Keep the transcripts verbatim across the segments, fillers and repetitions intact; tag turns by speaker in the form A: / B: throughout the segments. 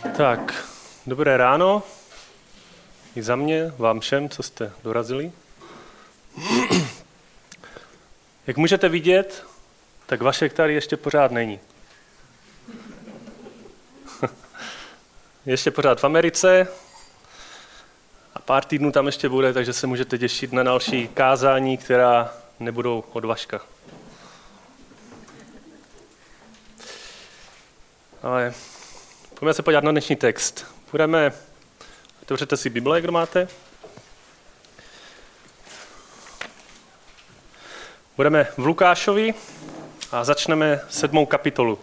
A: Tak, dobré ráno. I za mě, vám všem, co jste dorazili. Jak můžete vidět, tak Vašek tady ještě pořád není. Ještě pořád v Americe a pár týdnů tam ještě bude, takže se můžete těšit na další kázání, která nebudou od Vaška. Ale pojďme se podívat na dnešní text. Budeme, otevřete si Bible, kdo máte. Budeme v Lukášovi a začneme sedmou kapitolu.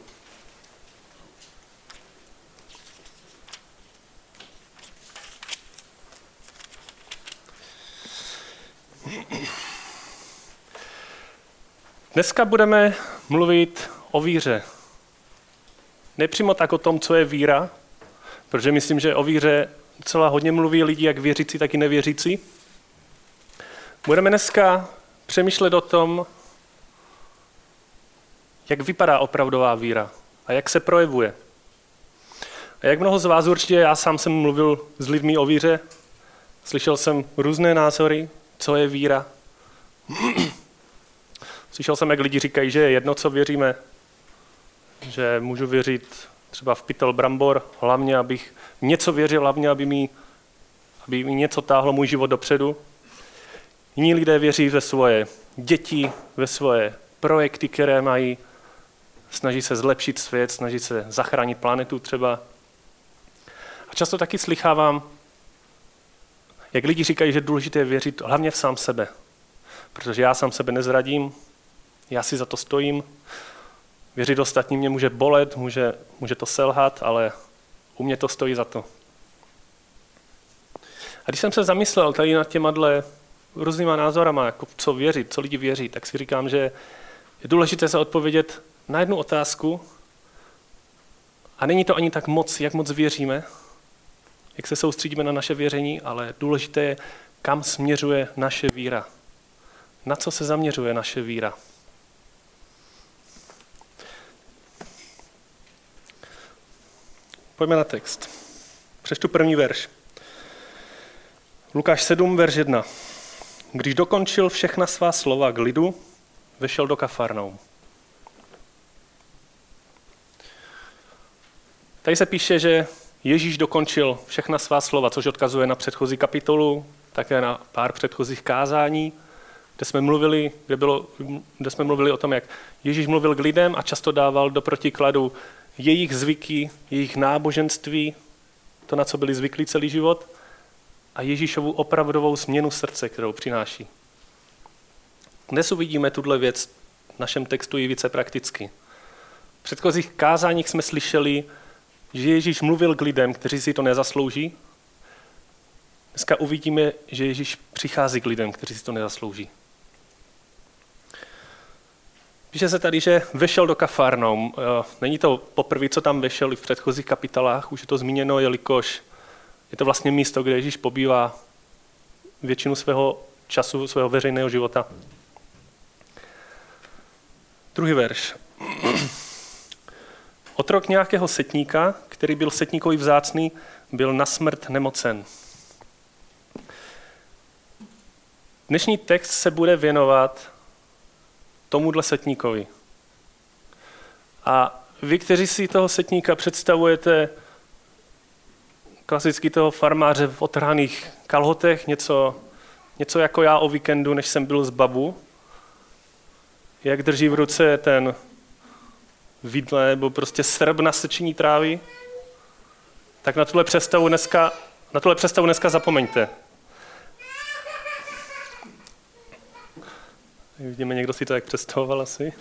A: Dneska budeme mluvit o víře. Nepřímo tak o tom, co je víra, protože myslím, že o víře docela hodně mluví lidi, jak věřící, tak i nevěřící. Budeme dneska přemýšlet o tom, jak vypadá opravdová víra a jak se projevuje. A jak mnoho z vás určitě, já sám jsem mluvil s lidmi o víře, slyšel jsem různé názory, co je víra. Slyšel jsem, jak lidi říkají, že je jedno, co věříme, že můžu věřit třeba v pytel brambor, hlavně, abych něco věřil, hlavně, aby mi, aby mi něco táhlo můj život dopředu. Jiní lidé věří ve svoje děti, ve svoje projekty, které mají, snaží se zlepšit svět, snaží se zachránit planetu třeba. A často taky slychávám, jak lidi říkají, že je důležité věřit hlavně v sám sebe, protože já sám sebe nezradím, já si za to stojím. Věřit ostatním mě může bolet, může, může to selhat, ale u mě to stojí za to. A když jsem se zamyslel tady nad těma dle různýma názorama, jako co věřit, co lidi věří, tak si říkám, že je důležité se odpovědět na jednu otázku a není to ani tak moc, jak moc věříme, jak se soustředíme na naše věření, ale důležité je, kam směřuje naše víra. Na co se zaměřuje naše víra. Pojďme na text. Přečtu první verš. Lukáš sedm, verš jedna. Když dokončil všechna svá slova k lidu, vešel do Kafarnaum. Tady se píše, že Ježíš dokončil všechna svá slova, což odkazuje na předchozí kapitolu, také na pár předchozích kázání, kde jsme mluvili, kde bylo, kde jsme mluvili o tom, jak Ježíš mluvil k lidem a často dával do protikladu jejich zvyky, jejich náboženství, to, na co byli zvyklí celý život, a Ježíšovu opravdovou změnu srdce, kterou přináší. Dnes uvidíme tuhle věc v našem textu i více prakticky. V předchozích kázáních jsme slyšeli, že Ježíš mluvil k lidem, kteří si to nezaslouží. Dneska uvidíme, že Ježíš přichází k lidem, kteří si to nezaslouží. Píše se tady, že vešel do Kafarnaum. Není to poprvé, co tam vešel i v předchozích kapitolách, už je to zmíněno, jelikož je to vlastně místo, kde Ježíš pobývá většinu svého času, svého veřejného života. Druhý verš. Otrok nějakého setníka, který byl setníkovi vzácný, byl na smrt nemocen. Dnešní text se bude věnovat tomuhle setníkovi. A vy, kteří si toho setníka představujete klasicky toho farmáře v otrhaných kalhotech, něco, něco jako já o víkendu, než jsem byl z babu, jak drží v ruce ten vidle nebo prostě srb na sečení trávy, tak na tuhle představu dneska, na tuhle představu dneska zapomeňte. Vidíme, někdo si to jak představoval asi.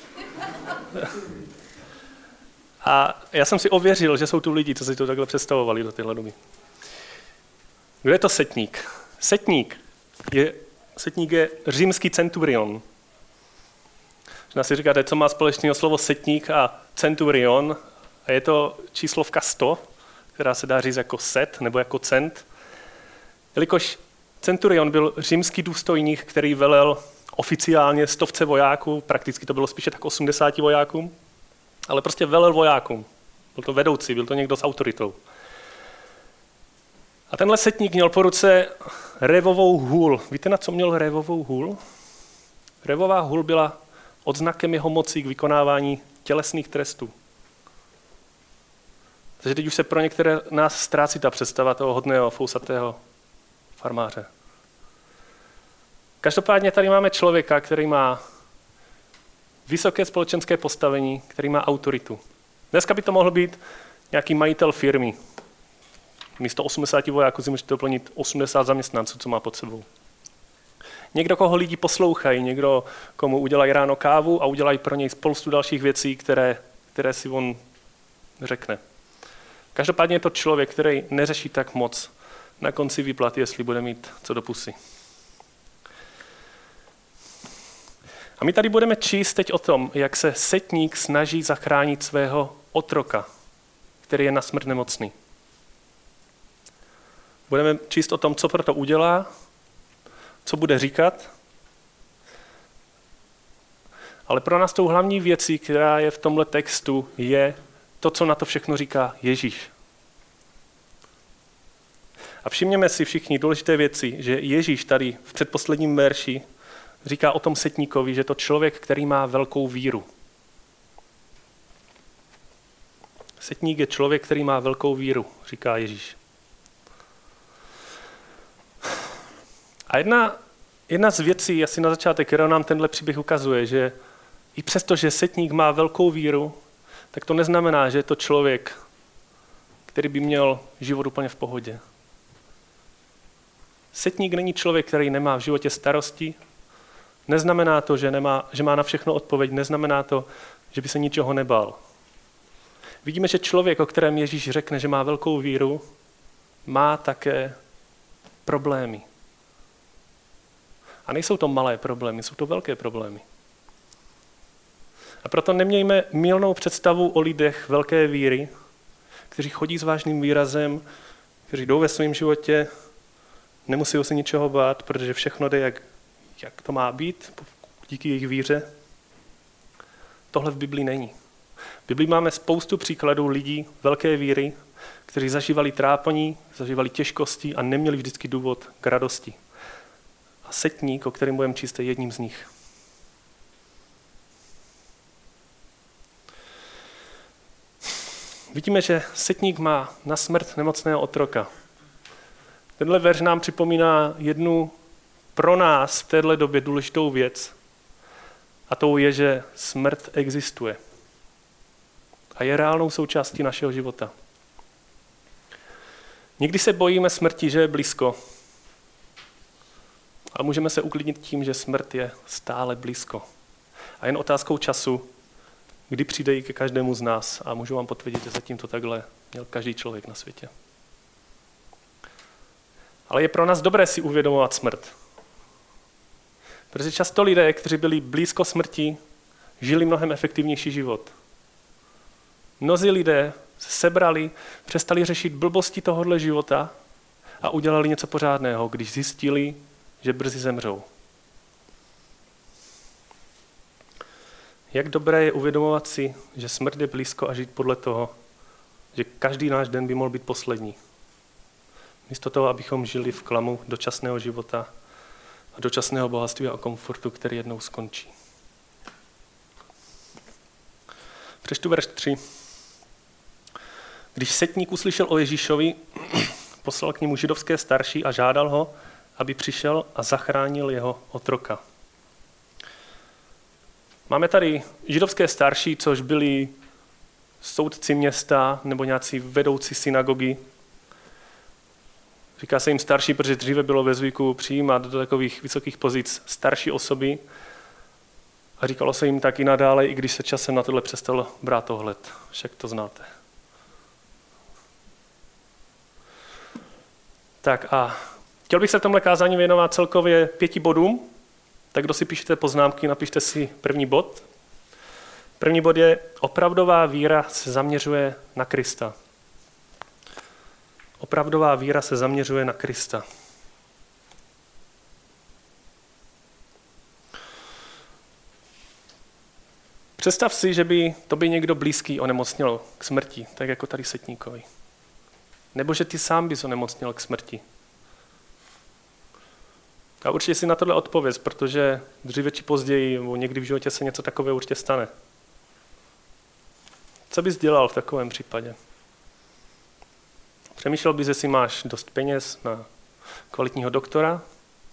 A: A já jsem si ověřil, že jsou tu lidi, co si to takhle představovali do téhle doby. Kdo je to setník? Setník je, setník je římský centurion. Možná si říkáte, co má společného slovo setník a centurion. A je to číslovka sto, která se dá říct jako set nebo jako cent. Jelikož centurion byl římský důstojník, který velel oficiálně stovce vojáků, prakticky to bylo spíše tak osmdesáti vojákům, ale prostě velel vojákům. Byl to vedoucí, byl to někdo s autoritou. A tenhle setník měl po ruce révovou hůl. Víte, na co měl révovou hůl? Révová hůl byla odznakem jeho moci k vykonávání tělesných trestů. Takže teď už se pro některé nás ztrácí ta představa toho hodného, fousatého farmáře. Každopádně tady máme člověka, který má vysoké společenské postavení, který má autoritu. Dneska by to mohl být nějaký majitel firmy. Místo osmdesáti vojáků si můžete doplnit osmdesát zaměstnanců, co má pod sebou. Někdo, koho lidi poslouchají, někdo, komu udělají ráno kávu a udělají pro něj spoustu dalších věcí, které, které si on řekne. Každopádně je to člověk, který neřeší tak moc na konci výplaty, jestli bude mít co do pusy. A my tady budeme číst teď o tom, jak se setník snaží zachránit svého otroka, který je na smrt nemocný. Budeme číst o tom, co pro to udělá, co bude říkat. Ale pro nás tou hlavní věcí, která je v tomhle textu, je to, co na to všechno říká Ježíš. A všimněme si všichni důležité věci, že Ježíš tady v předposledním verši říká o tom setníkovi, že je to člověk, který má velkou víru. Setník je člověk, který má velkou víru, říká Ježíš. A jedna, jedna z věcí, asi na začátek, kterou nám tenhle příběh ukazuje, že i přesto, že setník má velkou víru, tak to neznamená, že je to člověk, který by měl život úplně v pohodě. Setník není člověk, který nemá v životě starosti, neznamená to, že, nemá, že má na všechno odpověď, neznamená to, že by se ničeho nebál. Vidíme, že člověk, o kterém Ježíš řekne, že má velkou víru, má také problémy. A nejsou to malé problémy, jsou to velké problémy. A proto nemějme mylnou představu o lidech velké víry, kteří chodí s vážným výrazem, kteří jdou ve svém životě, nemusí se ničeho bát, protože všechno jde, jak, jak to má být, díky jejich víře. Tohle v Biblii není. V Biblii máme spoustu příkladů lidí velké víry, kteří zažívali trápení, zažívali těžkosti a neměli vždycky důvod k radosti. A setník, o kterém budeme číst, je jedním z nich. Vidíme, že setník má na smrt nemocného otroka. Tenhle verš nám připomíná jednu pro nás v téhle době důležitou věc. A tou je, že smrt existuje. A je reálnou součástí našeho života. Někdy se bojíme smrti, že je blízko. Ale můžeme se uklidnit tím, že smrt je stále blízko. A jen otázkou času, kdy přijde i ke každému z nás. A můžu vám potvrdit, že zatím to takhle měl každý člověk na světě. Ale je pro nás dobré si uvědomovat smrt. Protože často lidé, kteří byli blízko smrti, žili mnohem efektivnější život. Mnozí lidé se sebrali, přestali řešit blbosti tohohle života a udělali něco pořádného, když zjistili, že brzy zemřou. Jak dobré je uvědomovat si, že smrt je blízko a žít podle toho, že každý náš den by mohl být poslední. Místo toho, abychom žili v klamu dočasného života a dočasného bohatství a komfortu, který jednou skončí. Přečtu verš tři. Když setník uslyšel o Ježíšovi, poslal k němu židovské starší a žádal ho, aby přišel a zachránil jeho otroka. Máme tady židovské starší, což byli soudci města nebo nějací vedoucí synagogy. Říká se jim starší, protože dříve bylo ve zvyku přijímat do takových vysokých pozic starší osoby. A říkalo se jim tak i nadále, i když se časem na tohle přestalo brát ohled. Však to znáte. Tak a chtěl bych se v tomhle kázání věnovat celkově pěti bodům. Tak kdo si píšete poznámky, napište si první bod. První bod je, opravdová víra se zaměřuje na Krista. Opravdová víra se zaměřuje na Krista. Představ si, že by to by někdo blízký onemocněl k smrti, tak jako tady setníkovi. Nebo že ty sám bys onemocněl k smrti. A určitě si na tohle odpověz, protože dříve či později, nebo někdy v životě se něco takového určitě stane. Co bys dělal v takovém případě? Přemýšlel bys, jestli máš dost peněz na kvalitního doktora?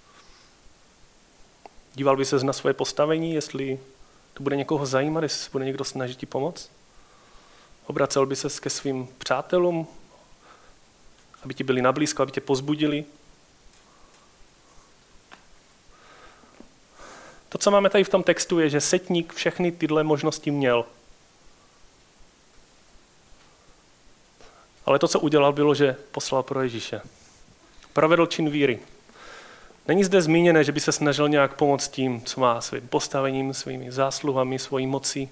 A: Díval bys se na svoje postavení, jestli to bude někoho zajímat, jestli se bude někdo snažit ti pomoct? Obracel by se ke svým přátelům, aby ti byli nablízko, aby tě pozbudili? To, co máme tady v tom textu, je, že setník všechny tyhle možnosti měl. Ale to, co udělal, bylo, že poslal pro Ježíše. Provedl čin víry. Není zde zmíněné, že by se snažil nějak pomoct tím, co má svým postavením, svými zásluhami, svojí mocí.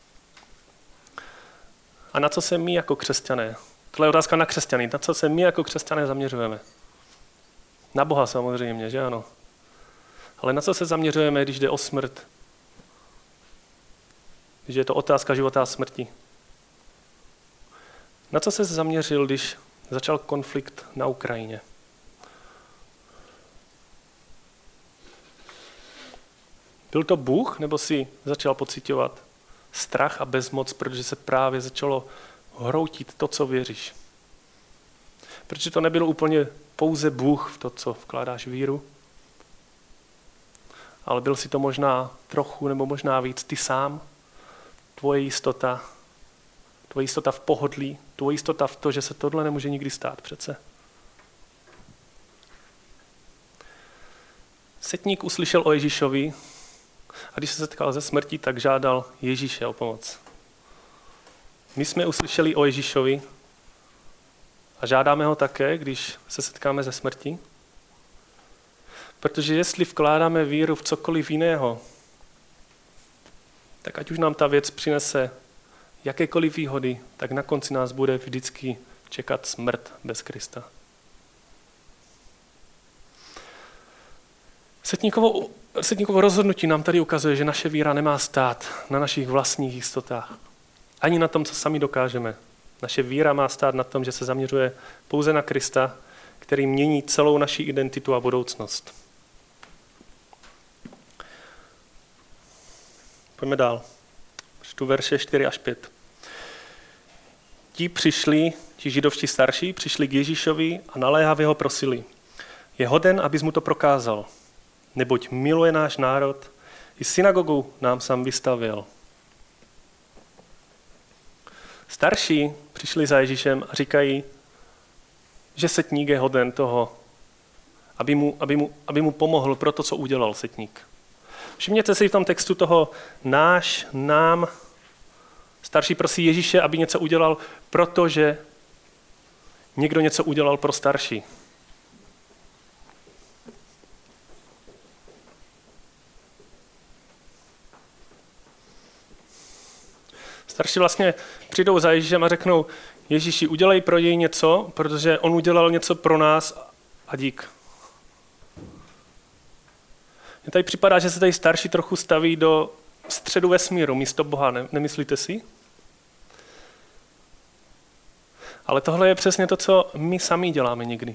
A: A na co se my jako křesťané, tohle je otázka na křesťany, na co se my jako křesťané zaměřujeme? Na Boha samozřejmě, že ano. Ale na co se zaměřujeme, když jde o smrt? Když je to otázka života a smrti? Na co se zaměřil, když začal konflikt na Ukrajině? Byl to Bůh, nebo si začal pociťovat strach a bezmoc, protože se právě začalo hroutit to, co věříš? Protože to nebylo úplně pouze Bůh v to, co vkládáš víru, ale byl si to možná trochu nebo možná víc ty sám, tvoje jistota, tvoje jistota v pohodlí, tvoje jistota v to, že se tohle nemůže nikdy stát přece. Setník uslyšel o Ježíšovi a když se setkal se smrtí, tak žádal Ježíše o pomoc. My jsme uslyšeli o Ježíšovi a žádáme ho také, když se setkáme se smrtí. Protože jestli vkládáme víru v cokoliv jiného, tak ať už nám ta věc přinese jakékoliv výhody, tak na konci nás bude vždycky čekat smrt bez Krista. Setníkovo, setníkovo rozhodnutí nám tady ukazuje, že naše víra nemá stát na našich vlastních jistotách. Ani na tom, co sami dokážeme. Naše víra má stát na tom, že se zaměřuje pouze na Krista, který mění celou naši identitu a budoucnost. Pojďme dál. Čtu verše čtyři až pět. Ti přišli, ti židovští starší, přišli k Ježíšovi a naléhavě ho prosili. Je hoden, abys mu to prokázal, neboť miluje náš národ, i synagogu nám sám vystavěl. Starší přišli za Ježíšem a říkají, že setník je hoden toho, aby mu, aby mu, aby mu pomohl pro to, co udělal setník. Všimněte si v tom textu toho náš, nám. Starší prosí Ježíše, aby něco udělal, protože někdo něco udělal pro starší. Starší vlastně přijdou za Ježíšem a řeknou, Ježíši, udělej pro něj něco, protože on udělal něco pro nás a dík. Mně tady připadá, že se tady starší trochu staví do středu vesmíru místo Boha, ne, nemyslíte si? Ale tohle je přesně to, co my sami děláme někdy.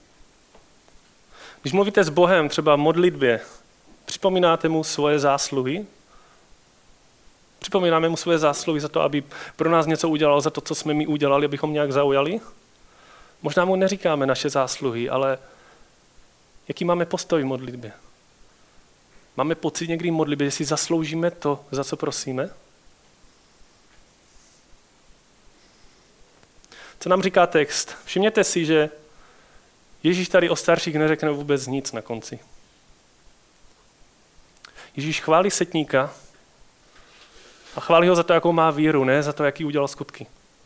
A: Když mluvíte s Bohem, třeba v modlitbě, připomínáte mu svoje zásluhy, připomínáme mu svoje zásluhy za to, aby pro nás něco udělal, za to, co jsme my udělali, abychom nějak zaujali. Možná mu neříkáme naše zásluhy, ale jaký máme postoj v modlitbě? Máme pocit někdy v modlitbě, že si zasloužíme to, za co prosíme? Co nám říká text? Všimněte si, že Ježíš tady o starších neřekne vůbec nic na konci. Ježíš chválí setníka a chválí ho za to, jakou má víru, ne za to, jaký udělal skutky.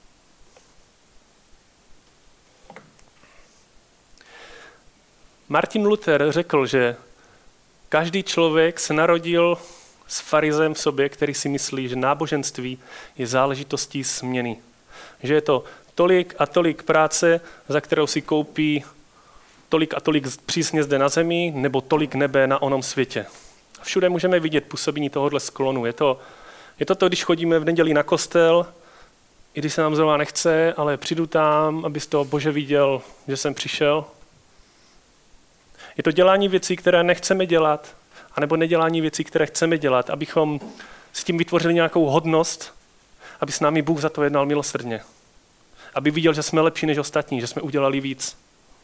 A: Martin Luther řekl, že každý člověk se narodil s farizem v sobě, který si myslí, že náboženství je záležitostí směny. Že je to tolik a tolik práce, za kterou si koupí tolik a tolik přísně zde na zemi, nebo tolik nebe na onom světě. A všude můžeme vidět působení tohohle sklonu. Je to, je to to, když chodíme v neděli na kostel i když se nám zrovna nechce, ale přijdu tam, abys to Bože viděl, že jsem přišel. Je to dělání věcí, které nechceme dělat, anebo nedělání věcí, které chceme dělat, abychom s tím vytvořili nějakou hodnost, aby s námi Bůh za to jednal milosrdně. Aby viděl, že jsme lepší než ostatní, že jsme udělali víc.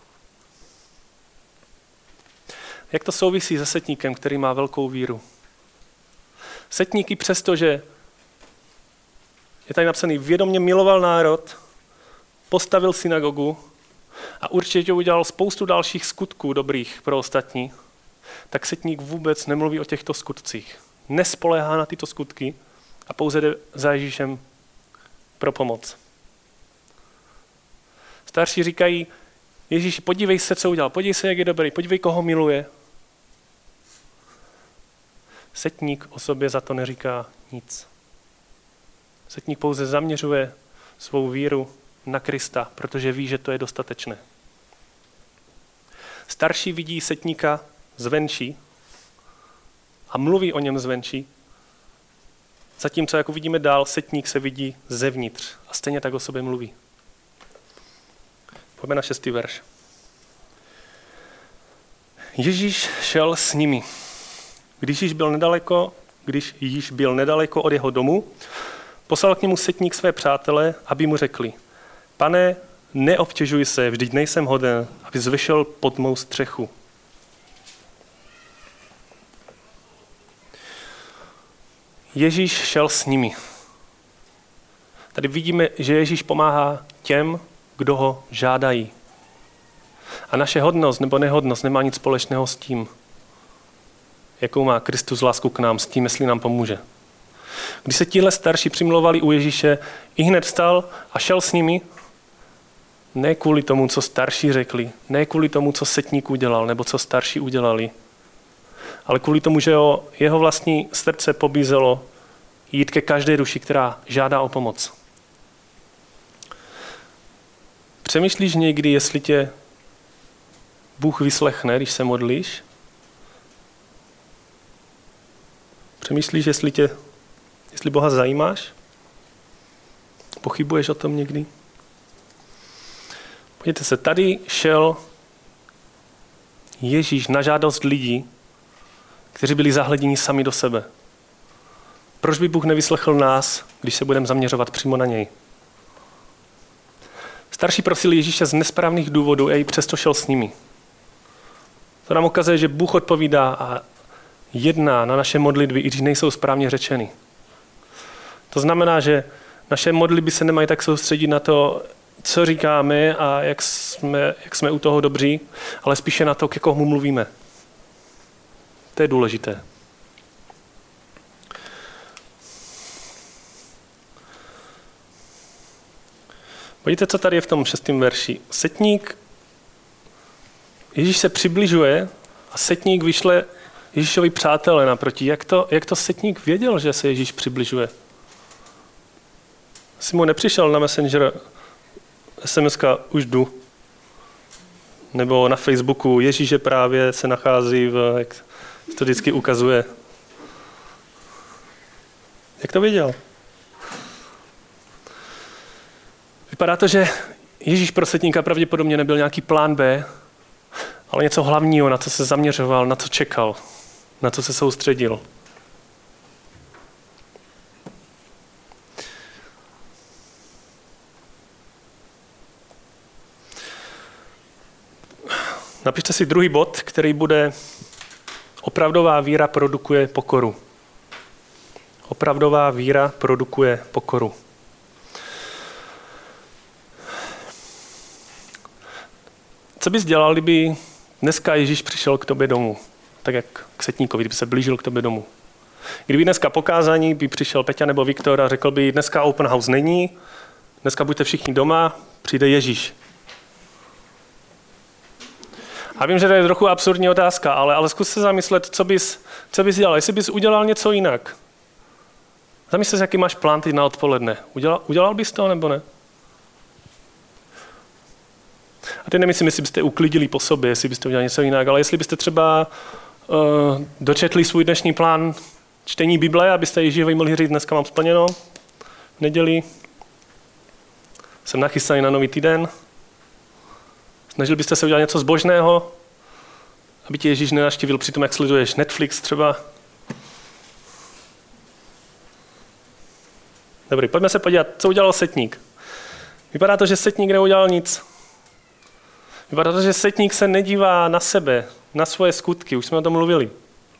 A: Jak to souvisí se setníkem, který má velkou víru? Setník i přesto, že je tady napsaný, vědomě miloval národ, postavil synagogu a určitě udělal spoustu dalších skutků dobrých pro ostatní, tak setník vůbec nemluví o těchto skutcích. Nespoléhá na tyto skutky a pouze jde za Ježíšem pro pomoc. Starší říkají, Ježíši, podívej se, co udělal, podívej se, jak je dobrý, podívej, koho miluje. Setník o sobě za to neříká nic. Setník pouze zaměřuje svou víru na Krista, protože ví, že to je dostatečné. Starší vidí setníka zvenčí a mluví o něm zvenčí, zatímco, jako vidíme dál, setník se vidí zevnitř a stejně tak o sobě mluví. Pojďme na šestý verš. Ježíš šel s nimi. Když již byl nedaleko, když již byl nedaleko od jeho domu, poslal k němu setník své přátele, aby mu řekli, Pane, neobtěžuj se, vždyť nejsem hoden, abys vešel pod mou střechu. Ježíš šel s nimi. Tady vidíme, že Ježíš pomáhá těm, kdo ho žádají. A naše hodnost nebo nehodnost nemá nic společného s tím, jakou má Kristus lásku k nám, s tím, jestli nám pomůže. Když se tihle starší přimlouvali u Ježíše, i hned vstal a šel s nimi, ne kvůli tomu, co starší řekli, ne kvůli tomu, co setník udělal, nebo co starší udělali, ale kvůli tomu, že ho, jeho vlastní srdce pobízelo jít ke každé duši, která žádá o pomoc. Přemýšlíš někdy, jestli tě Bůh vyslechne, když se modlíš? Přemýšlíš, jestli tě, jestli Boha zajímáš? Pochybuješ o tom někdy? Podívejte se, tady šel Ježíš na žádost lidí, kteří byli zahleděni sami do sebe. Proč by Bůh nevyslechl nás, když se budeme zaměřovat přímo na něj? Starší prosili Ježíše z nesprávných důvodů a i přesto šel s nimi. To nám ukazuje, že Bůh odpovídá a jedná na naše modlitby, i když nejsou správně řečeny. To znamená, že naše modlitby se nemají tak soustředit na to, co říkáme a jak jsme, jak jsme u toho dobří, ale spíše na to, ke komu mluvíme. To je důležité. Podívejte, co tady je v tom šestém verši. Setník, Ježíš se přibližuje a setník vyšle Ježíšovi přátelé naproti. Jak to, jak to setník věděl, že se Ježíš přibližuje? Asi mu nepřišel na Messenger es em eska už jdu. Nebo na Facebooku Ježíš je právě se nachází v, jak to vždycky ukazuje. Jak to věděl? Vypadá to, že Ježíš pro setníka pravděpodobně nebyl nějaký plán B, ale něco hlavního, na co se zaměřoval, na co čekal, na co se soustředil. Napište si druhý bod, který bude opravdová víra produkuje pokoru. Opravdová víra produkuje pokoru. Co bys dělal, kdyby dneska Ježíš přišel k tobě domů, tak jak k setníkovi, kdyby se blížil k tobě domů? Kdyby dneska po kázání by přišel Peťa nebo Viktor a řekl by, dneska open house není, dneska buďte všichni doma, přijde Ježíš. A vím, že to je trochu absurdní otázka, ale, ale zkus se zamyslet, co bys, co bys dělal, jestli bys udělal něco jinak. Zamysl se, jaký máš plán teď na odpoledne. Udělal, udělal bys to, nebo ne? A teď nemyslím, jestli byste uklidili po sobě, jestli byste udělali něco jinak, ale jestli byste třeba uh, dočetli svůj dnešní plán čtení Bible, abyste Ježíšovi mohli říct, dneska mám splněno, v neděli. Jsem nachystaný na nový týden. Snažil byste se udělat něco zbožného, aby tě Ježíš nenavštívil při tom, jak sleduješ Netflix třeba. Dobrý, pojďme se podívat, co udělal setník. Vypadá to, že setník neudělal nic. Vypadá to, že setník se nedívá na sebe, na svoje skutky, už jsme o tom mluvili.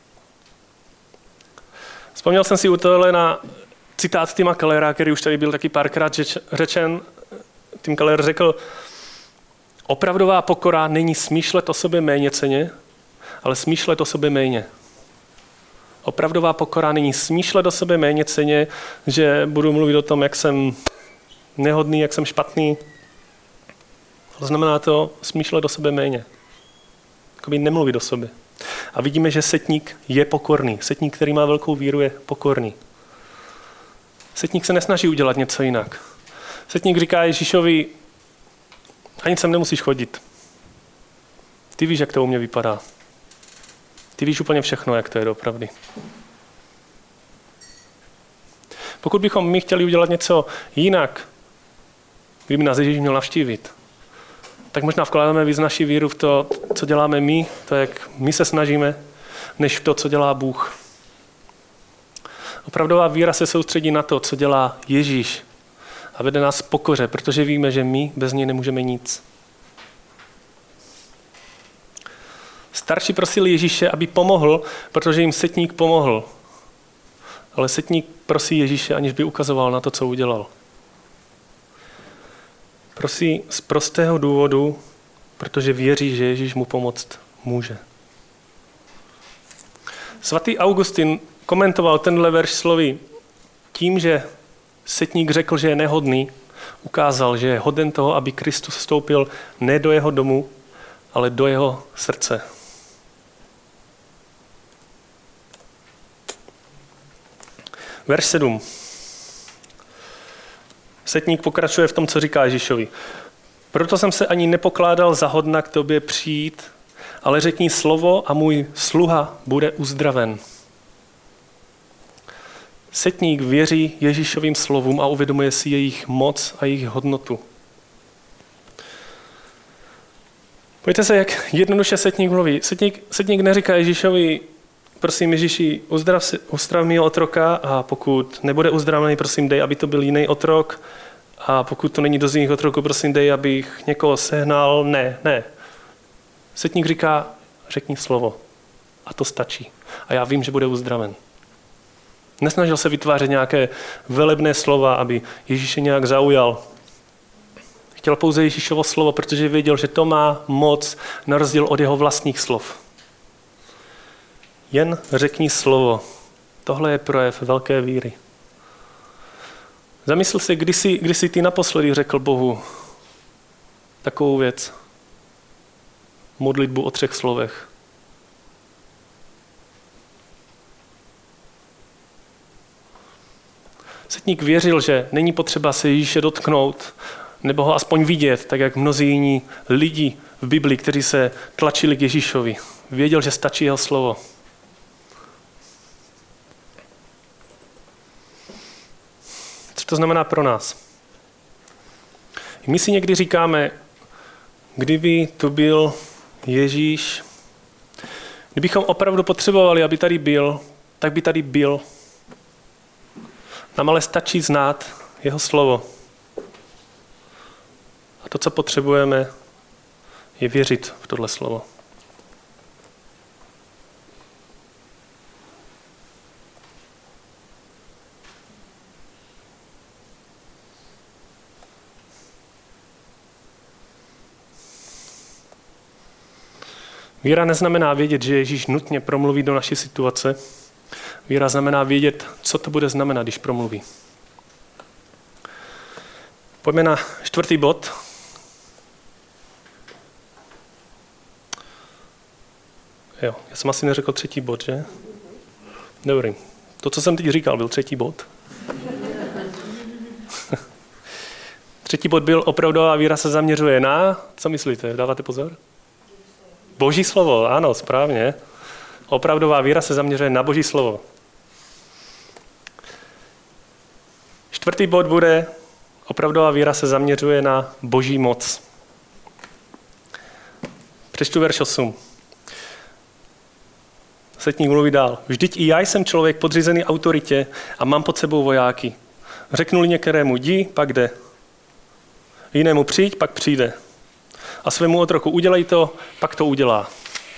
A: Vzpomněl jsem si u tohle na citát Tima Kellera, který už tady byl taky párkrát řečen. Tim Keller řekl, opravdová pokora není smýšlet o sobě méněcenně, ale smýšlet o sobě méně. Opravdová pokora není smýšlet o sobě méněcenně, že budu mluvit o tom, jak jsem nehodný, jak jsem špatný. Ale znamená to smýšlet o sobě méně. Jakoby nemluvit o sobě. A vidíme, že setník je pokorný. Setník, který má velkou víru, je pokorný. Setník se nesnaží udělat něco jinak. Setník říká Ježíšovi, ani sem nemusíš chodit. Ty víš, jak to u mě vypadá. Ty víš úplně všechno, jak to je doopravdy. Pokud bychom my chtěli udělat něco jinak, kdyby nás Ježíš měl navštívit, tak možná vkládáme víc naši víru v to, co děláme my, to, jak my se snažíme, než v to, co dělá Bůh. Opravdová víra se soustředí na to, co dělá Ježíš a vede nás k pokoře, protože víme, že my bez něj nemůžeme nic. Starší prosili Ježíše, aby pomohl, protože jim setník pomohl. Ale setník prosí Ježíše, aniž by ukazoval na to, co udělal. Prosí z prostého důvodu, protože věří, že Ježíš mu pomoct může. Svatý Augustin komentoval tenhle verš slovy tím, že setník řekl, že je nehodný, ukázal, že je hoden toho, aby Kristus vstoupil ne do jeho domu, ale do jeho srdce. Verš sedm. Setník pokračuje v tom, co říká Ježíšovi. Proto jsem se ani nepokládal za hodna k tobě přijít, ale řekni slovo a můj sluha bude uzdraven. Setník věří Ježíšovým slovům a uvědomuje si jejich moc a jejich hodnotu. Pojďte se, jak jednoduše setník mluví. Setník, setník neříká Ježíšovi, prosím Ježíši, uzdrav, si, uzdrav mýho otroka a pokud nebude uzdravený, prosím dej, aby to byl jiný otrok a pokud to není do jiných otroků, prosím dej, abych někoho sehnal. Ne, ne. Setník říká, řekni slovo a to stačí. A já vím, že bude uzdraven. Nesnažil se vytvářet nějaké velebné slova, aby Ježíše nějak zaujal. Chtěl pouze Ježíšovo slovo, protože věděl, že to má moc na rozdíl od jeho vlastních slov. Jen řekni slovo. Tohle je projev velké víry. Zamysl si, kdy jsi, kdy jsi ty naposledy řekl Bohu takovou věc. Modlitbu o třech slovech. Setník věřil, že není potřeba se Ježíše dotknout, nebo ho aspoň vidět, tak jak mnozí jiní lidi v Biblii, kteří se tlačili k Ježíšovi. Věděl, že stačí jeho slovo. Co to znamená pro nás? My si někdy říkáme, kdyby tu byl Ježíš, kdybychom opravdu potřebovali, aby tady byl, tak by tady byl. Nám ale stačí znát jeho slovo. A to, co potřebujeme, je věřit v tohle slovo. Víra neznamená vědět, že Ježíš nutně promluví do naší situace. Víra znamená vědět, co to bude znamenat, když promluví. Pojďme na čtvrtý bod. Jo, já jsem asi neřekl třetí bod, že? Dobrý. To, co jsem teď říkal, byl třetí bod. Třetí bod byl opravdová víra se zaměřuje na, co myslíte, dáváte pozor? Boží slovo, ano, správně. Opravdová víra se zaměřuje na Boží slovo. Čtvrtý bod bude Opravdová víra se zaměřuje na boží moc. Přečtu verš osm. Setník mluví dál. Vždyť i já jsem člověk podřízený autoritě a mám pod sebou vojáky. Řeknu-li některému jdi, pak jde. Jinému přijď, pak přijde. A svému otroku udělej to, pak to udělá.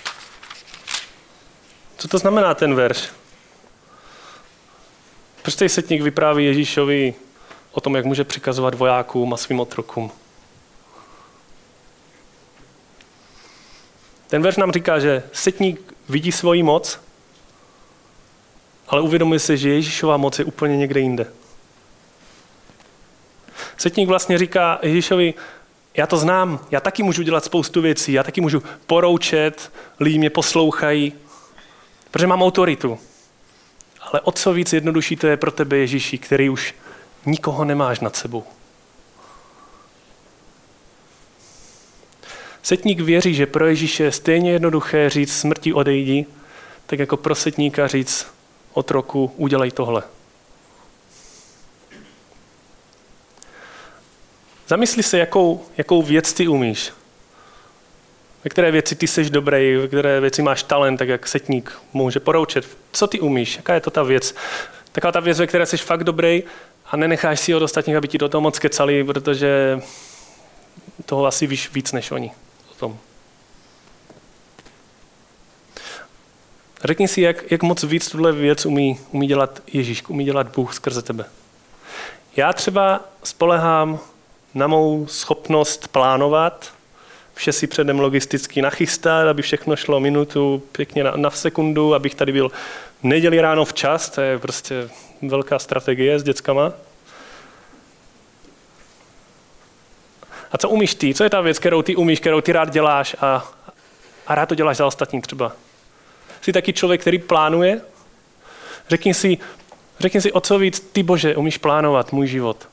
A: Co to znamená ten verš? Proč tady setník vypráví Ježíšovi o tom, jak může přikazovat vojákům a svým otrokům? Ten verš nám říká, že setník vidí svoji moc, ale uvědomuje si, že Ježíšova moc je úplně někde jinde. Setník vlastně říká Ježíšovi, já to znám, já taky můžu dělat spoustu věcí, já taky můžu poroučet, lidi mě poslouchají, protože mám autoritu. Ale o co víc jednodušší to je pro tebe, Ježíši, který už nikoho nemáš nad sebou. Setník věří, že pro Ježíše je stejně jednoduché říct smrti odejdi, tak jako pro setníka říct otroku udělej tohle. Zamysli se, jakou, jakou věc ty umíš. Ve které věci ty jsi dobrý, ve které věci máš talent, tak jak setník může poroučet. Co ty umíš? Jaká je to ta věc? Taková ta věc, ve které jsi fakt dobrý a nenecháš si od ostatních, aby ti do toho moc kecali, protože toho asi víš víc než oni o tom. Řekni si, jak, jak moc víc tuhle věc umí, umí dělat Ježíš, umí dělat Bůh skrze tebe. Já třeba spolehám na mou schopnost plánovat, vše si předem logisticky nachystat, aby všechno šlo minutu pěkně na, na sekundu, abych tady byl v neděli ráno včas, to je prostě velká strategie s dětskama. A co umíš ty? Co je ta věc, kterou ty umíš, kterou ty rád děláš a, a rád to děláš za ostatní třeba? Jsi taky člověk, který plánuje? Řekni si, řekni si, o co víc ty, Bože, umíš plánovat můj život.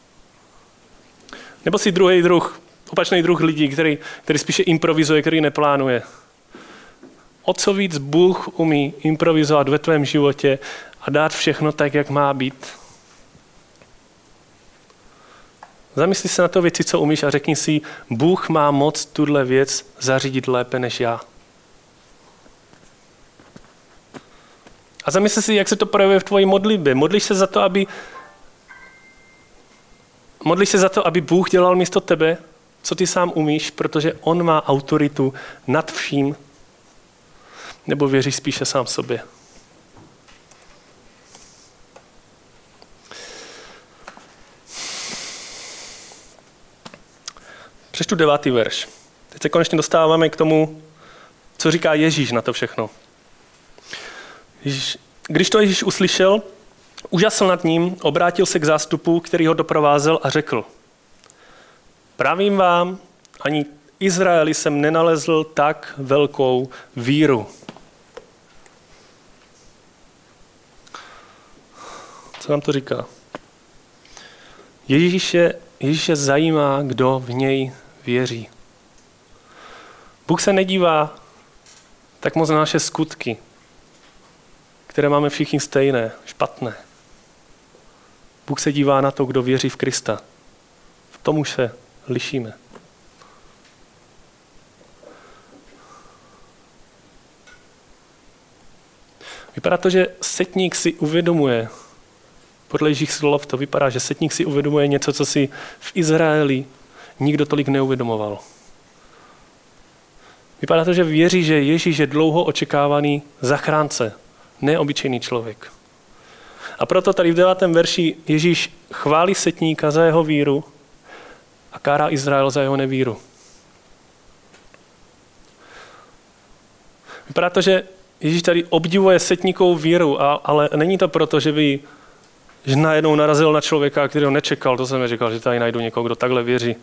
A: Nebo jsi druhý druh, opačný druh lidí, který, který spíše improvizuje, který neplánuje. O co víc Bůh umí improvizovat ve tvém životě a dát všechno tak, jak má být. Zamysli se na to věci, co umíš a řekni si, Bůh má moc tuhle věc zařídit lépe než já. A zamysli si, jak se to projevuje v tvojí modlitbě. Modlíš se za to, aby modlíš se za to, aby Bůh dělal místo tebe, co ty sám umíš, protože on má autoritu nad vším, nebo věříš spíše sám sobě. Přečtu devátý verš. Teď se konečně dostáváme k tomu, co říká Ježíš na to všechno. Ježíš, když to Ježíš uslyšel, užasl nad ním, obrátil se k zástupu, který ho doprovázel a řekl: Pravím vám, ani Izraeli jsem nenalezl tak velkou víru. Co nám to říká? Ježíše, Ježíše zajímá, kdo v něj věří. Bůh se nedívá tak moc na naše skutky, které máme všichni stejné, špatné. Bůh se dívá na to, kdo věří v Krista. V tom už se lišíme. Vypadá to, že setník si uvědomuje, podle Ježíších slov to vypadá, že setník si uvědomuje něco, co si v Izraeli nikdo tolik neuvědomoval. Vypadá to, že věří, že Ježíš je dlouho očekávaný zachránce, neobyčejný člověk. A proto tady v devátém verši Ježíš chválí setníka za jeho víru a kárá Izrael za jeho nevíru. Vypadá to, že Ježíš tady obdivuje setníkovou víru, a, ale není to proto, že by že najednou narazil na člověka, který ho nečekal. To jsem říkal, že tady najdu někoho, kdo takhle věří.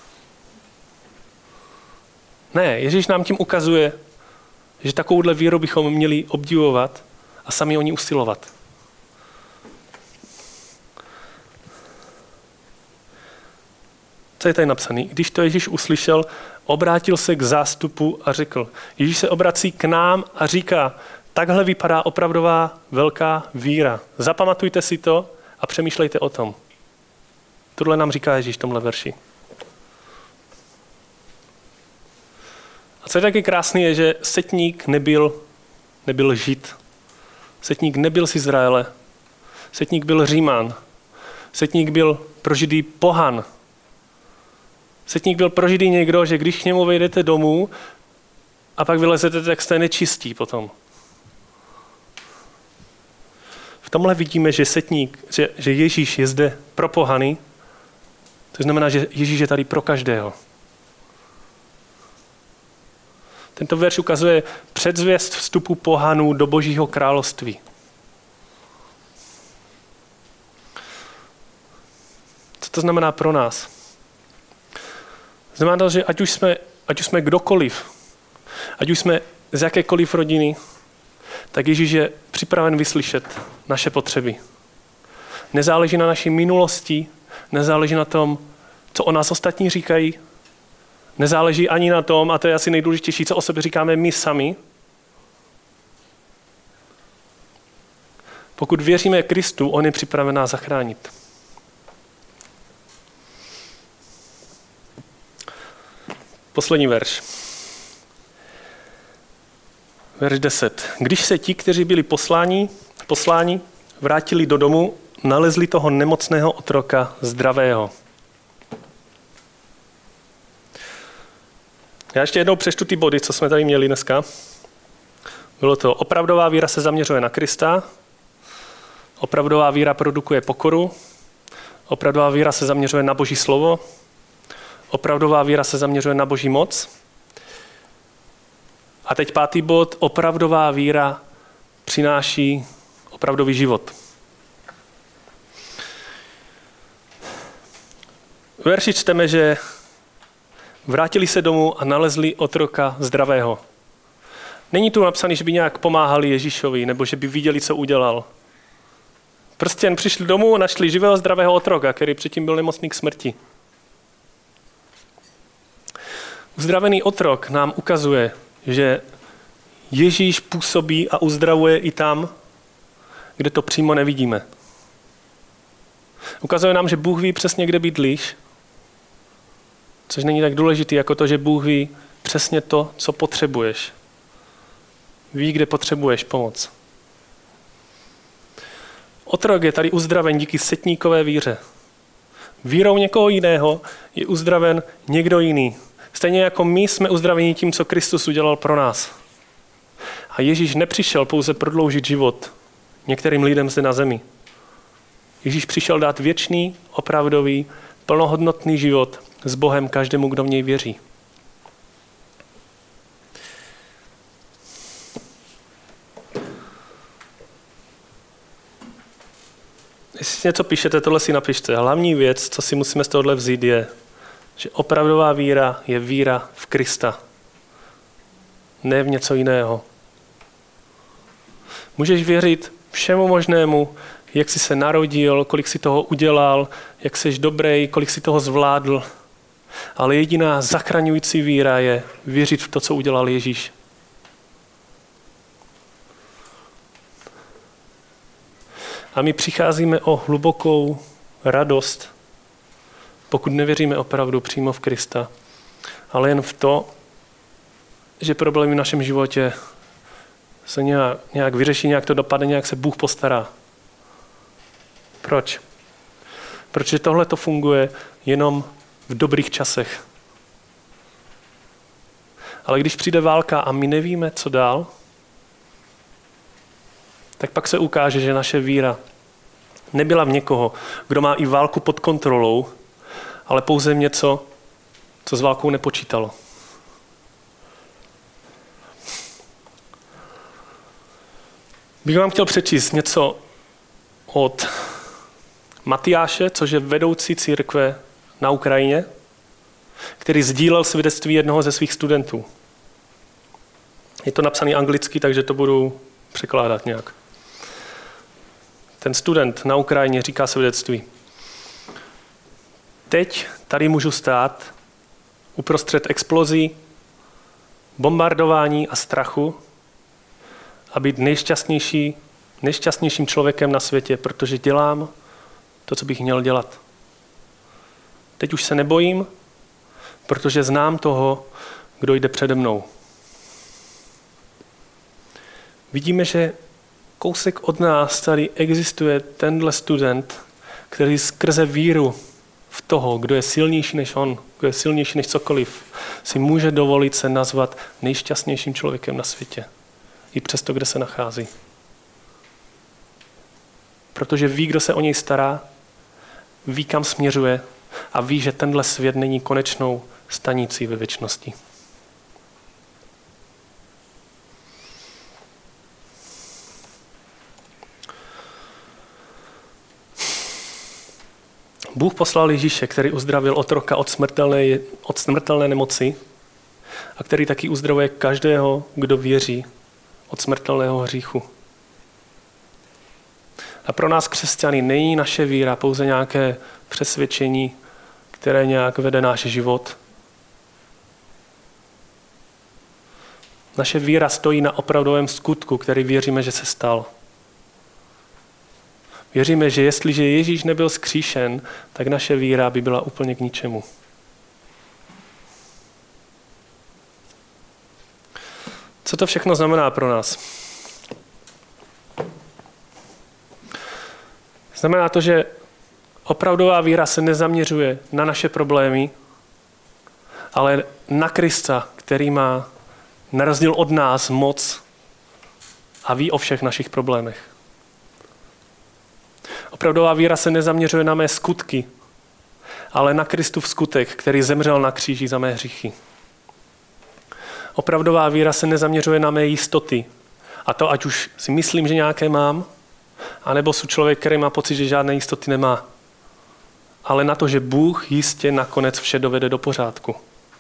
A: Ne, Ježíš nám tím ukazuje, že takovouhle víru bychom měli obdivovat a sami o ní usilovat. Co je tady napsané? Když to Ježíš uslyšel, obrátil se k zástupu a řekl. Ježíš se obrací k nám a říká, takhle vypadá opravdová velká víra. Zapamatujte si to a přemýšlejte o tom. Tohle nám říká Ježíš v tomhle verši. A co je taky krásný, je, že setník nebyl, nebyl Žid. Setník nebyl z Izraele. Setník byl Říman. Setník byl pro Židy pohan. Setník byl pro Židy někdo, že když k němu vejdete domů a pak vylezete, tak jste nečistí potom. V tomhle vidíme, že setník, že, že Ježíš je zde pro pohany. To znamená, že Ježíš je tady pro každého. Tento verš ukazuje předzvěst vstupu pohanů do Božího království. Co to znamená pro nás? Znamená to, že ať už jsme, ať už jsme kdokoliv, ať už jsme z jakékoliv rodiny, tak Ježíš je připraven vyslyšet naše potřeby. Nezáleží na naší minulosti, nezáleží na tom, co o nás ostatní říkají, nezáleží ani na tom, a to je asi nejdůležitější, co o sobě říkáme my sami. Pokud věříme Kristu, on je připraven nás zachránit. Poslední verš. Verš deset. Když se ti, kteří byli posláni, posláni, vrátili do domu, nalezli toho nemocného otroka zdravého. Já ještě jednou přečtu ty body, co jsme tady měli dneska. Bylo to, opravdová víra se zaměřuje na Krista, opravdová víra produkuje pokoru, opravdová víra se zaměřuje na Boží slovo, opravdová víra se zaměřuje na Boží moc. A teď pátý bod, opravdová víra přináší opravdový život. V verši čteme, že vrátili se domů a nalezli otroka zdravého. Není tu napsané, že by nějak pomáhali Ježíšovi, nebo že by viděli, co udělal. Prostě jen přišli domů a našli živého zdravého otroka, který předtím byl nemocný k smrti. Uzdravený otrok nám ukazuje, že Ježíš působí a uzdravuje i tam, kde to přímo nevidíme. Ukazuje nám, že Bůh ví přesně, kde bydlíš, což není tak důležité, jako to, že Bůh ví přesně to, co potřebuješ. Ví, kde potřebuješ pomoc. Otrok je tady uzdraven díky setníkové víře. Vírou někoho jiného je uzdraven někdo jiný. Stejně jako my jsme uzdraveni tím, co Kristus udělal pro nás. A Ježíš nepřišel pouze prodloužit život některým lidem zde na zemi. Ježíš přišel dát věčný, opravdový, plnohodnotný život s Bohem každému, kdo v něj věří. Jestli si něco píšete, tohle si napište. Hlavní věc, co si musíme z tohohle vzít, je, že opravdová víra je víra v Krista. Ne v něco jiného. Můžeš věřit všemu možnému, jak jsi se narodil, kolik jsi toho udělal, jak jsi dobrý, kolik jsi toho zvládl. Ale jediná zachraňující víra je věřit v to, co udělal Ježíš. A my přicházíme o hlubokou radost, pokud nevěříme opravdu přímo v Krista, ale jen v to, že problémy v našem životě se nějak, nějak vyřeší, nějak to dopadne, nějak se Bůh postará. Proč? Protože tohle to funguje jenom v dobrých časech. Ale když přijde válka a my nevíme, co dál, tak pak se ukáže, že naše víra nebyla v někoho, kdo má i válku pod kontrolou, ale pouze v něco, co s válkou nepočítalo. Bych vám chtěl přečíst něco od Matyáše, což je vedoucí církve na Ukrajině, který sdílel svědectví jednoho ze svých studentů. Je to napsané anglicky, takže to budu překládat nějak. Ten student na Ukrajině říká svědectví. Teď tady můžu stát uprostřed explozí, bombardování a strachu a být nejšťastnější, nejšťastnějším člověkem na světě, protože dělám to, co bych měl dělat. Teď už se nebojím, protože znám toho, kdo jde přede mnou. Vidíme, že kousek od nás tady existuje tenhle student, který skrze víru v toho, kdo je silnější než on, kdo je silnější než cokoliv, si může dovolit se nazvat nejšťastnějším člověkem na světě. I přesto, kde se nachází. Protože ví, kdo se o něj stará, ví, kam směřuje a ví, že tenhle svět není konečnou stanicí ve věčnosti. Bůh poslal Ježíše, který uzdravil otroka od smrtelné, od smrtelné nemoci a který taky uzdravuje každého, kdo věří od smrtelného hříchu. A pro nás křesťany není naše víra pouze nějaké přesvědčení, které nějak vede náš život. Naše víra stojí na opravdovém skutku, který věříme, že se stal. Věříme, že jestliže Ježíš nebyl zkříšen, tak naše víra by byla úplně k ničemu. Co to všechno znamená pro nás? Znamená to, že opravdová víra se nezaměřuje na naše problémy, ale na Krista, který má na rozdíl od nás moc a ví o všech našich problémech. Opravdová víra se nezaměřuje na mé skutky, ale na Kristův skutek, který zemřel na kříži za mé hříchy. Opravdová víra se nezaměřuje na mé jistoty, a to ať už si myslím, že nějaké mám, anebo jsem člověk, který má pocit, že žádné jistoty nemá. Ale na to, že Bůh jistě nakonec vše dovede do pořádku.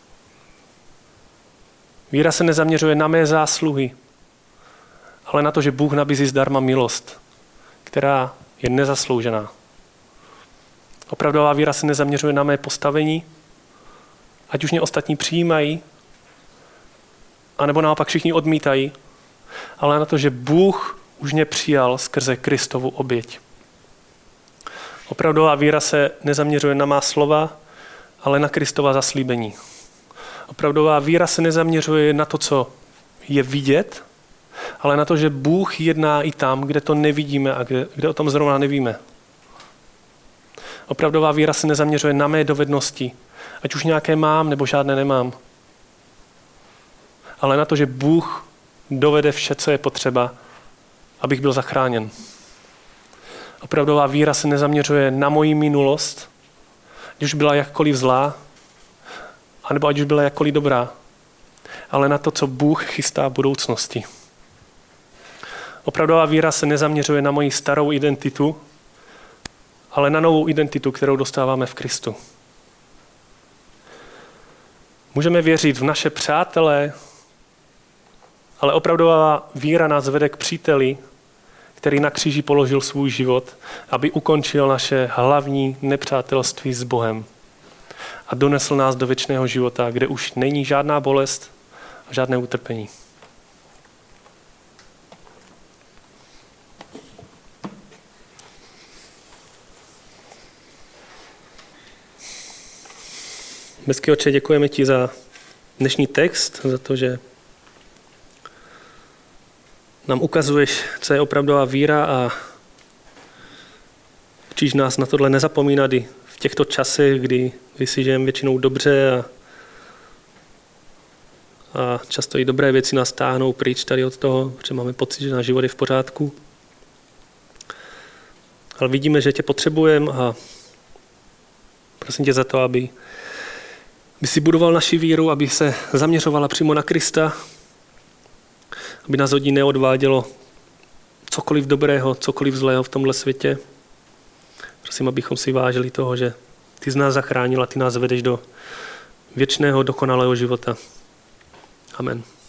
A: Víra se nezaměřuje na mé zásluhy, ale na to, že Bůh nabízí zdarma milost, která je nezasloužená. Opravdová víra se nezaměřuje na mé postavení, ať už mě ostatní přijímají, anebo naopak všichni odmítají, ale na to, že Bůh už mě přijal skrze Kristovu oběť. Opravdová víra se nezaměřuje na má slova, ale na Kristova zaslíbení. Opravdová víra se nezaměřuje na to, co je vidět, ale na to, že Bůh jedná i tam, kde to nevidíme a kde, kde o tom zrovna nevíme. Opravdová víra se nezaměřuje na mé dovednosti, ať už nějaké mám nebo žádné nemám, ale na to, že Bůh dovede vše, co je potřeba, abych byl zachráněn. Opravdová víra se nezaměřuje na moji minulost, ať už byla jakkoliv zlá, anebo ať už byla jakkoliv dobrá, ale na to, co Bůh chystá v budoucnosti. Opravdová víra se nezaměřuje na moji starou identitu, ale na novou identitu, kterou dostáváme v Kristu. Můžeme věřit v naše přátele, ale opravdová víra nás vede k příteli, který na kříži položil svůj život, aby ukončil naše hlavní nepřátelství s Bohem a donesl nás do věčného života, kde už není žádná bolest a žádné utrpení. Nebeský Otče, děkujeme ti za dnešní text, za to, že nám ukazuješ, co je opravdová víra a učíš nás na tohle nezapomínat i v těchto časech, kdy, kdy si žijeme většinou dobře a, a často i dobré věci nás táhnou pryč tady od toho, protože máme pocit, že náš život je v pořádku. Ale vidíme, že tě potřebujeme a prosím tě za to, aby, aby si budoval naši víru, aby se zaměřovala přímo na Krista, aby nás od ní neodvádělo cokoliv dobrého, cokoliv zlého v tomhle světě. Prosím, abychom si vážili toho, že ty z nás zachránil a ty nás vedeš do věčného, dokonalého života. Amen.